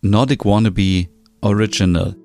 Nordic Wannabe Original.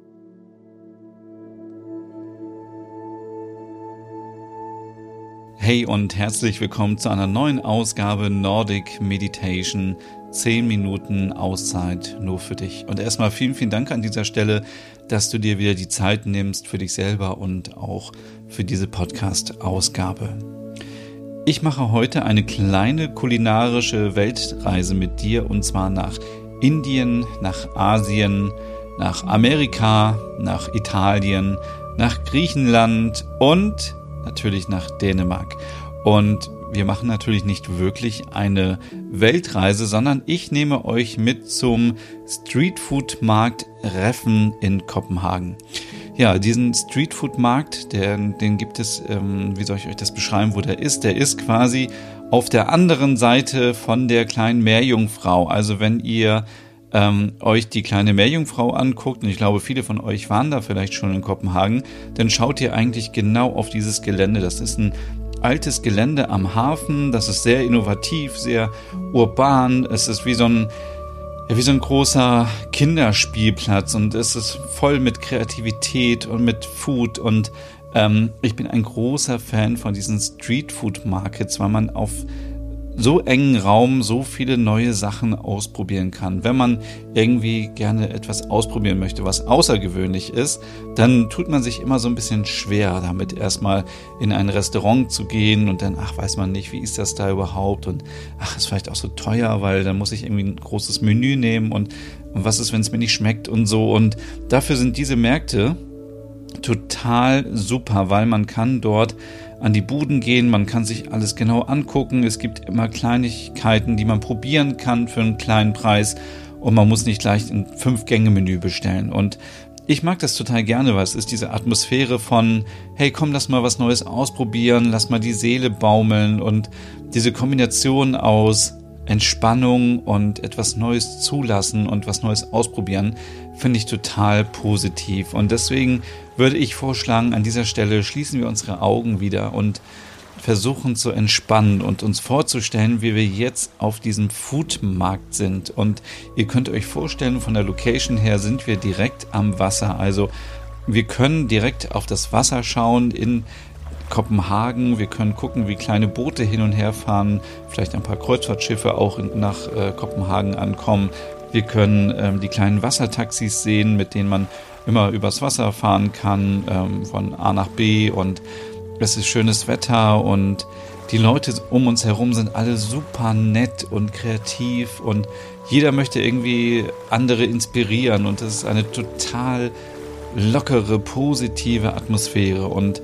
Hey und herzlich willkommen zu einer neuen Ausgabe Nordic Meditation. 10 Minuten Auszeit nur für dich. Und erstmal vielen, vielen Dank an dieser Stelle, dass du dir wieder die Zeit nimmst für dich selber und auch für diese Podcast-Ausgabe. Ich mache heute eine kleine kulinarische Weltreise mit dir und zwar nach Indien, nach Asien, nach Amerika, nach Italien, nach Griechenland und natürlich nach Dänemark. Und wir machen natürlich nicht wirklich eine Weltreise, sondern ich nehme euch mit zum Streetfood-Markt Reffen in Kopenhagen. Ja, diesen Streetfood-Markt, den gibt es, wie soll ich euch das beschreiben, wo der ist? Der ist quasi auf der anderen Seite von der kleinen Meerjungfrau. Also wenn ihr euch die kleine Meerjungfrau anguckt, und ich glaube, viele von euch waren da vielleicht schon in Kopenhagen, dann schaut ihr eigentlich genau auf dieses Gelände. Das ist ein altes Gelände am Hafen, das ist sehr innovativ, sehr urban. Es ist wie so ein großer Kinderspielplatz und es ist voll mit Kreativität und mit Food und ich bin ein großer Fan von diesen Street-Food-Markets, weil man auf so engen Raum so viele neue Sachen ausprobieren kann. Wenn man irgendwie gerne etwas ausprobieren möchte, was außergewöhnlich ist, dann tut man sich immer so ein bisschen schwer, damit erstmal in ein Restaurant zu gehen und dann, weiß man nicht, wie ist das da überhaupt und ist vielleicht auch so teuer, weil dann muss ich irgendwie ein großes Menü nehmen und was ist, wenn es mir nicht schmeckt und so. Und dafür sind diese Märkte total super, weil man kann dort an die Buden gehen, man kann sich alles genau angucken, es gibt immer Kleinigkeiten, die man probieren kann für einen kleinen Preis und man muss nicht gleich ein 5-Gänge-Menü bestellen. Und ich mag das total gerne, weil es ist diese Atmosphäre von, hey komm, lass mal was Neues ausprobieren, lass mal die Seele baumeln und diese Kombination aus Entspannung und etwas Neues zulassen und was Neues ausprobieren, finde ich total positiv. Und deswegen würde ich vorschlagen, an dieser Stelle schließen wir unsere Augen wieder und versuchen zu entspannen und uns vorzustellen, wie wir jetzt auf diesem Foodmarkt sind. Und ihr könnt euch vorstellen, von der Location her sind wir direkt am Wasser. Also wir können direkt auf das Wasser schauen in Kopenhagen. Wir können gucken, wie kleine Boote hin und her fahren, vielleicht ein paar Kreuzfahrtschiffe auch nach Kopenhagen ankommen. Wir können die kleinen Wassertaxis sehen, mit denen man immer übers Wasser fahren kann, von A nach B und es ist schönes Wetter und die Leute um uns herum sind alle super nett und kreativ und jeder möchte irgendwie andere inspirieren und das ist eine total lockere, positive Atmosphäre. Und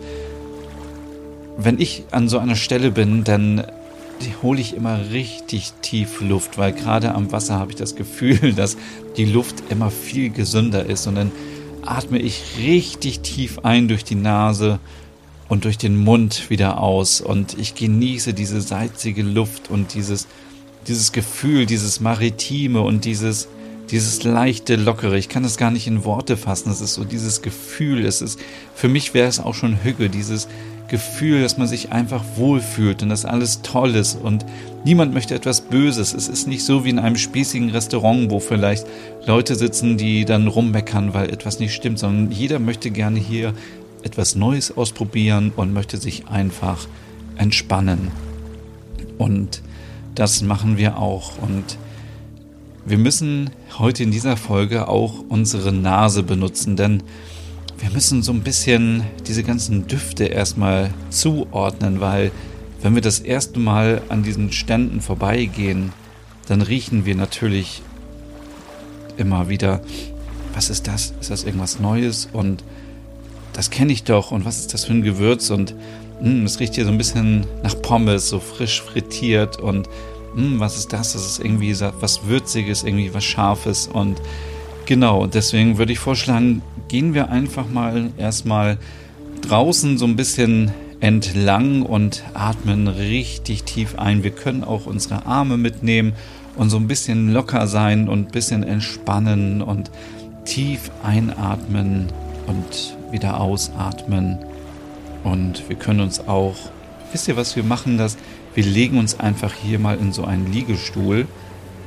wenn ich an so einer Stelle bin, dann hole ich immer richtig tief Luft, weil gerade am Wasser habe ich das Gefühl, dass die Luft immer viel gesünder ist und dann atme ich richtig tief ein durch die Nase und durch den Mund wieder aus und ich genieße diese salzige Luft und dieses Gefühl, dieses Maritime und dieses leichte, lockere. Ich kann das gar nicht in Worte fassen. Es ist so dieses Gefühl. Für mich wäre es auch schon Hüge, dieses Gefühl, dass man sich einfach wohlfühlt und dass alles toll ist und niemand möchte etwas Böses. Es ist nicht so wie in einem spießigen Restaurant, wo vielleicht Leute sitzen, die dann rummeckern, weil etwas nicht stimmt, sondern jeder möchte gerne hier etwas Neues ausprobieren und möchte sich einfach entspannen. Und das machen wir auch. Und wir müssen heute in dieser Folge auch unsere Nase benutzen, denn wir müssen so ein bisschen diese ganzen Düfte erstmal zuordnen, weil wenn wir das erste Mal an diesen Ständen vorbeigehen, dann riechen wir natürlich immer wieder, was ist das? Ist das irgendwas Neues? Und das kenne ich doch. Und was ist das für ein Gewürz? Und es riecht hier so ein bisschen nach Pommes, so frisch frittiert. Und was ist das? Das ist irgendwie was Würziges, irgendwie was Scharfes. Und genau, deswegen würde ich vorschlagen, gehen wir einfach mal erstmal draußen so ein bisschen entlang und atmen richtig tief ein. Wir können auch unsere Arme mitnehmen und so ein bisschen locker sein und ein bisschen entspannen und tief einatmen und wieder ausatmen. Und wir können uns auch, wisst ihr, was wir machen? Wir legen uns einfach hier mal in so einen Liegestuhl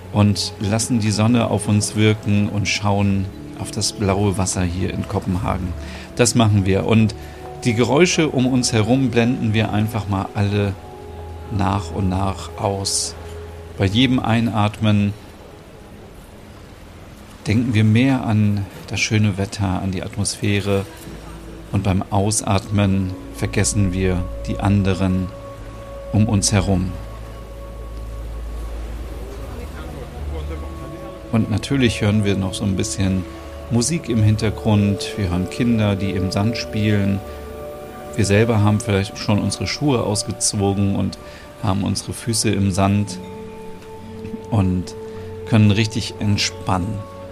und lassen die Sonne auf uns wirken und schauen auf das blaue Wasser hier in Kopenhagen. Das machen wir. Und die Geräusche um uns herum blenden wir einfach mal alle nach und nach aus. Bei jedem Einatmen denken wir mehr an das schöne Wetter, an die Atmosphäre, und beim Ausatmen vergessen wir die anderen um uns herum. Und natürlich hören wir noch so ein bisschen Musik im Hintergrund. Wir hören Kinder, die im Sand spielen. Wir selber haben vielleicht schon unsere Schuhe ausgezogen und haben unsere Füße im Sand und können richtig entspannen.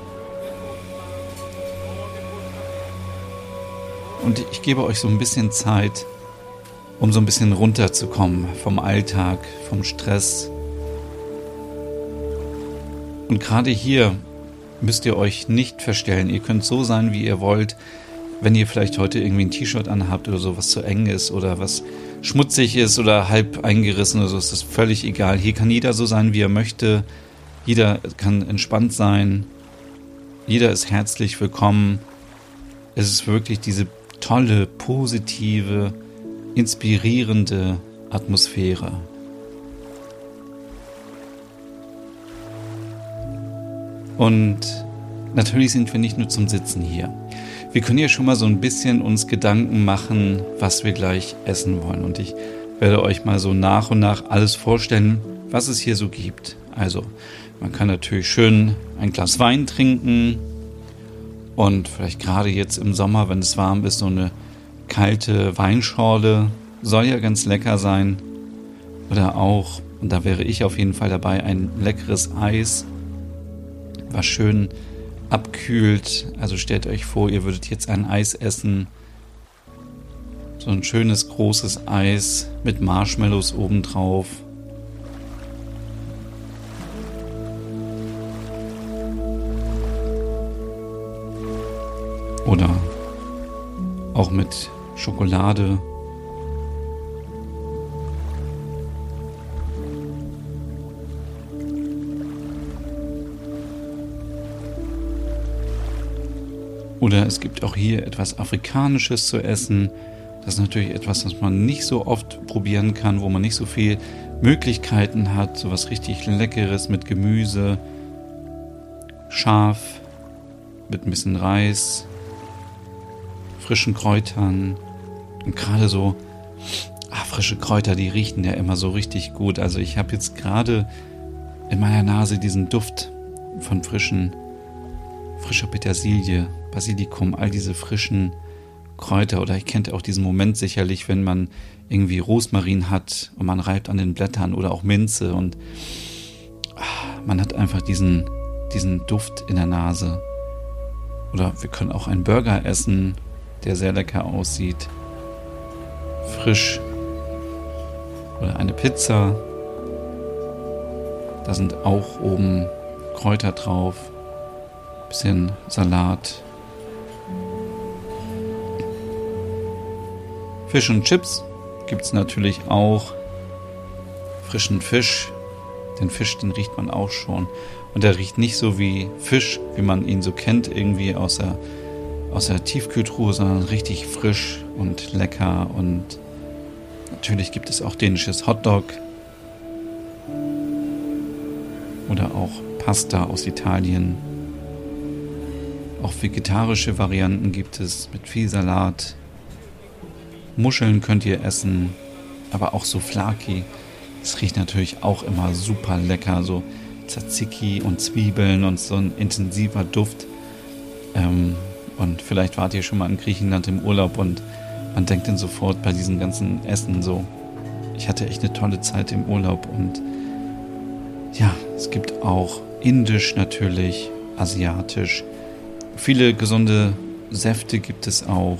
Und ich gebe euch so ein bisschen Zeit, um so ein bisschen runterzukommen vom Alltag, vom Stress. Und gerade hier müsst ihr euch nicht verstellen. Ihr könnt so sein, wie ihr wollt. Wenn ihr vielleicht heute irgendwie ein T-Shirt anhabt oder so, was zu eng ist oder was schmutzig ist oder halb eingerissen oder so, ist das völlig egal. Hier kann jeder so sein, wie er möchte. Jeder kann entspannt sein. Jeder ist herzlich willkommen. Es ist wirklich diese tolle, positive, inspirierende Atmosphäre. Und natürlich sind wir nicht nur zum Sitzen hier. Wir können ja schon mal so ein bisschen uns Gedanken machen, was wir gleich essen wollen. Und ich werde euch mal so nach und nach alles vorstellen, was es hier so gibt. Also, man kann natürlich schön ein Glas Wein trinken und vielleicht gerade jetzt im Sommer, wenn es warm ist, so eine kalte Weinschorle soll ja ganz lecker sein. Oder auch, und da wäre ich auf jeden Fall dabei, ein leckeres Eis, was schön abkühlt. Also stellt euch vor, ihr würdet jetzt ein Eis essen. So ein schönes, großes Eis mit Marshmallows obendrauf. Oder auch mit Schokolade. Oder es gibt auch hier etwas Afrikanisches zu essen. Das ist natürlich etwas, was man nicht so oft probieren kann, wo man nicht so viel Möglichkeiten hat. So was richtig Leckeres mit Gemüse, scharf, mit ein bisschen Reis, frischen Kräutern. Und gerade so frische Kräuter, die riechen ja immer so richtig gut. Also ich habe jetzt gerade in meiner Nase diesen Duft von frischer Petersilie, Basilikum, all diese frischen Kräuter. Oder ich kennt auch diesen Moment sicherlich, wenn man irgendwie Rosmarin hat und man reibt an den Blättern oder auch Minze und man hat einfach diesen Duft in der Nase. Oder wir können auch einen Burger essen, der sehr lecker aussieht. Frisch. Oder eine Pizza. Da sind auch oben Kräuter drauf. Bisschen Salat. Fisch und Chips gibt es natürlich auch. Frischen Fisch. Den Fisch, den riecht man auch schon. Und der riecht nicht so wie Fisch, wie man ihn so kennt, irgendwie aus der Tiefkühltruhe, sondern richtig frisch und lecker. Und natürlich gibt es auch dänisches Hotdog. Oder auch Pasta aus Italien. Auch vegetarische Varianten gibt es mit viel Salat. Muscheln könnt ihr essen, aber auch Souvlaki. Das riecht natürlich auch immer super lecker, so Tzatziki und Zwiebeln und so ein intensiver Duft. Und vielleicht wart ihr schon mal in Griechenland im Urlaub und man denkt dann sofort bei diesen ganzen Essen so, ich hatte echt eine tolle Zeit im Urlaub. Und ja, es gibt auch indisch natürlich, asiatisch. Viele gesunde Säfte gibt es auch.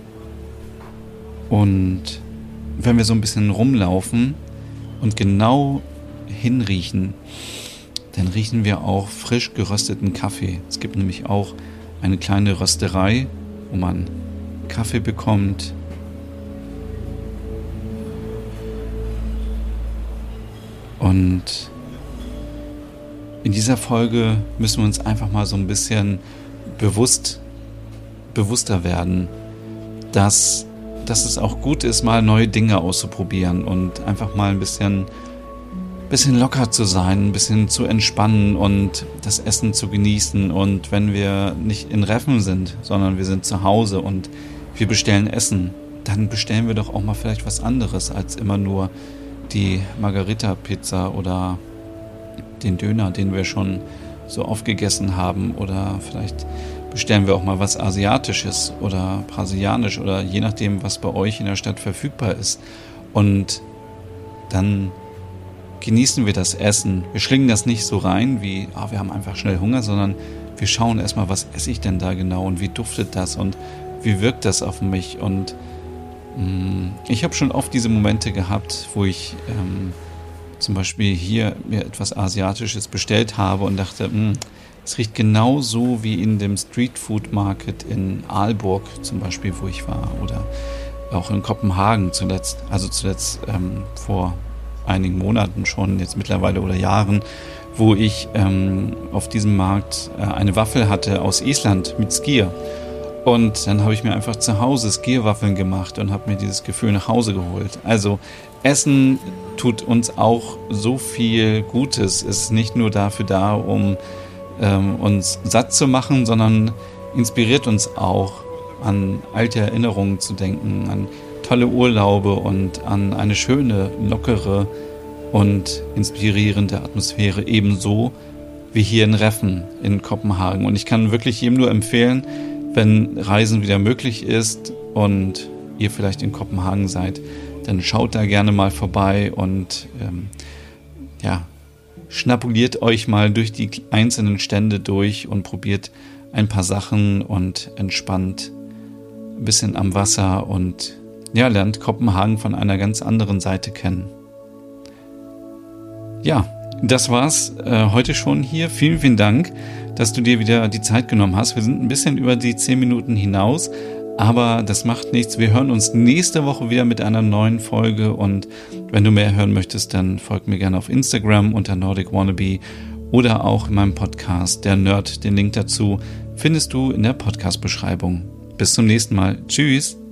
Und wenn wir so ein bisschen rumlaufen und genau hinriechen, dann riechen wir auch frisch gerösteten Kaffee. Es gibt nämlich auch eine kleine Rösterei, wo man Kaffee bekommt. Und in dieser Folge müssen wir uns einfach mal so ein bisschen bewusster werden, dass es auch gut ist, mal neue Dinge auszuprobieren und einfach mal ein bisschen locker zu sein, ein bisschen zu entspannen und das Essen zu genießen. Und wenn wir nicht in Reffen sind, sondern wir sind zu Hause und wir bestellen Essen, dann bestellen wir doch auch mal vielleicht was anderes als immer nur die Margarita-Pizza oder den Döner, den wir schon so oft gegessen haben, oder vielleicht bestellen wir auch mal was Asiatisches oder Brasilianisch oder je nachdem, was bei euch in der Stadt verfügbar ist. Und dann genießen wir das Essen. Wir schlingen das nicht so rein wie, wir haben einfach schnell Hunger, sondern wir schauen erstmal, was esse ich denn da genau und wie duftet das und wie wirkt das auf mich. Und ich habe schon oft diese Momente gehabt, wo ich zum Beispiel hier mir etwas Asiatisches bestellt habe und dachte, es riecht genauso wie in dem Street Food Market in Aalborg zum Beispiel, wo ich war, oder auch in Kopenhagen zuletzt vor einigen Monaten schon, jetzt mittlerweile oder Jahren, wo ich auf diesem Markt eine Waffel hatte aus Island mit Skyr. Und dann habe ich mir einfach zu Hause Skierwaffeln gemacht und habe mir dieses Gefühl nach Hause geholt. Also Essen tut uns auch so viel Gutes. Es ist nicht nur dafür da, um uns satt zu machen, sondern inspiriert uns auch, an alte Erinnerungen zu denken, an tolle Urlaube und an eine schöne, lockere und inspirierende Atmosphäre, ebenso wie hier in Reffen in Kopenhagen. Und ich kann wirklich jedem nur empfehlen, wenn Reisen wieder möglich ist und ihr vielleicht in Kopenhagen seid, dann schaut da gerne mal vorbei und schnabuliert euch mal durch die einzelnen Stände durch und probiert ein paar Sachen und entspannt ein bisschen am Wasser und lernt Kopenhagen von einer ganz anderen Seite kennen. Ja, das war's heute schon hier. Vielen, vielen Dank, dass du dir wieder die Zeit genommen hast. Wir sind ein bisschen über die 10 Minuten hinaus, aber das macht nichts. Wir hören uns nächste Woche wieder mit einer neuen Folge, und wenn du mehr hören möchtest, dann folg mir gerne auf Instagram unter Nordic Wannabe oder auch in meinem Podcast Der Nerd. Den Link dazu findest du in der Podcast-Beschreibung. Bis zum nächsten Mal. Tschüss!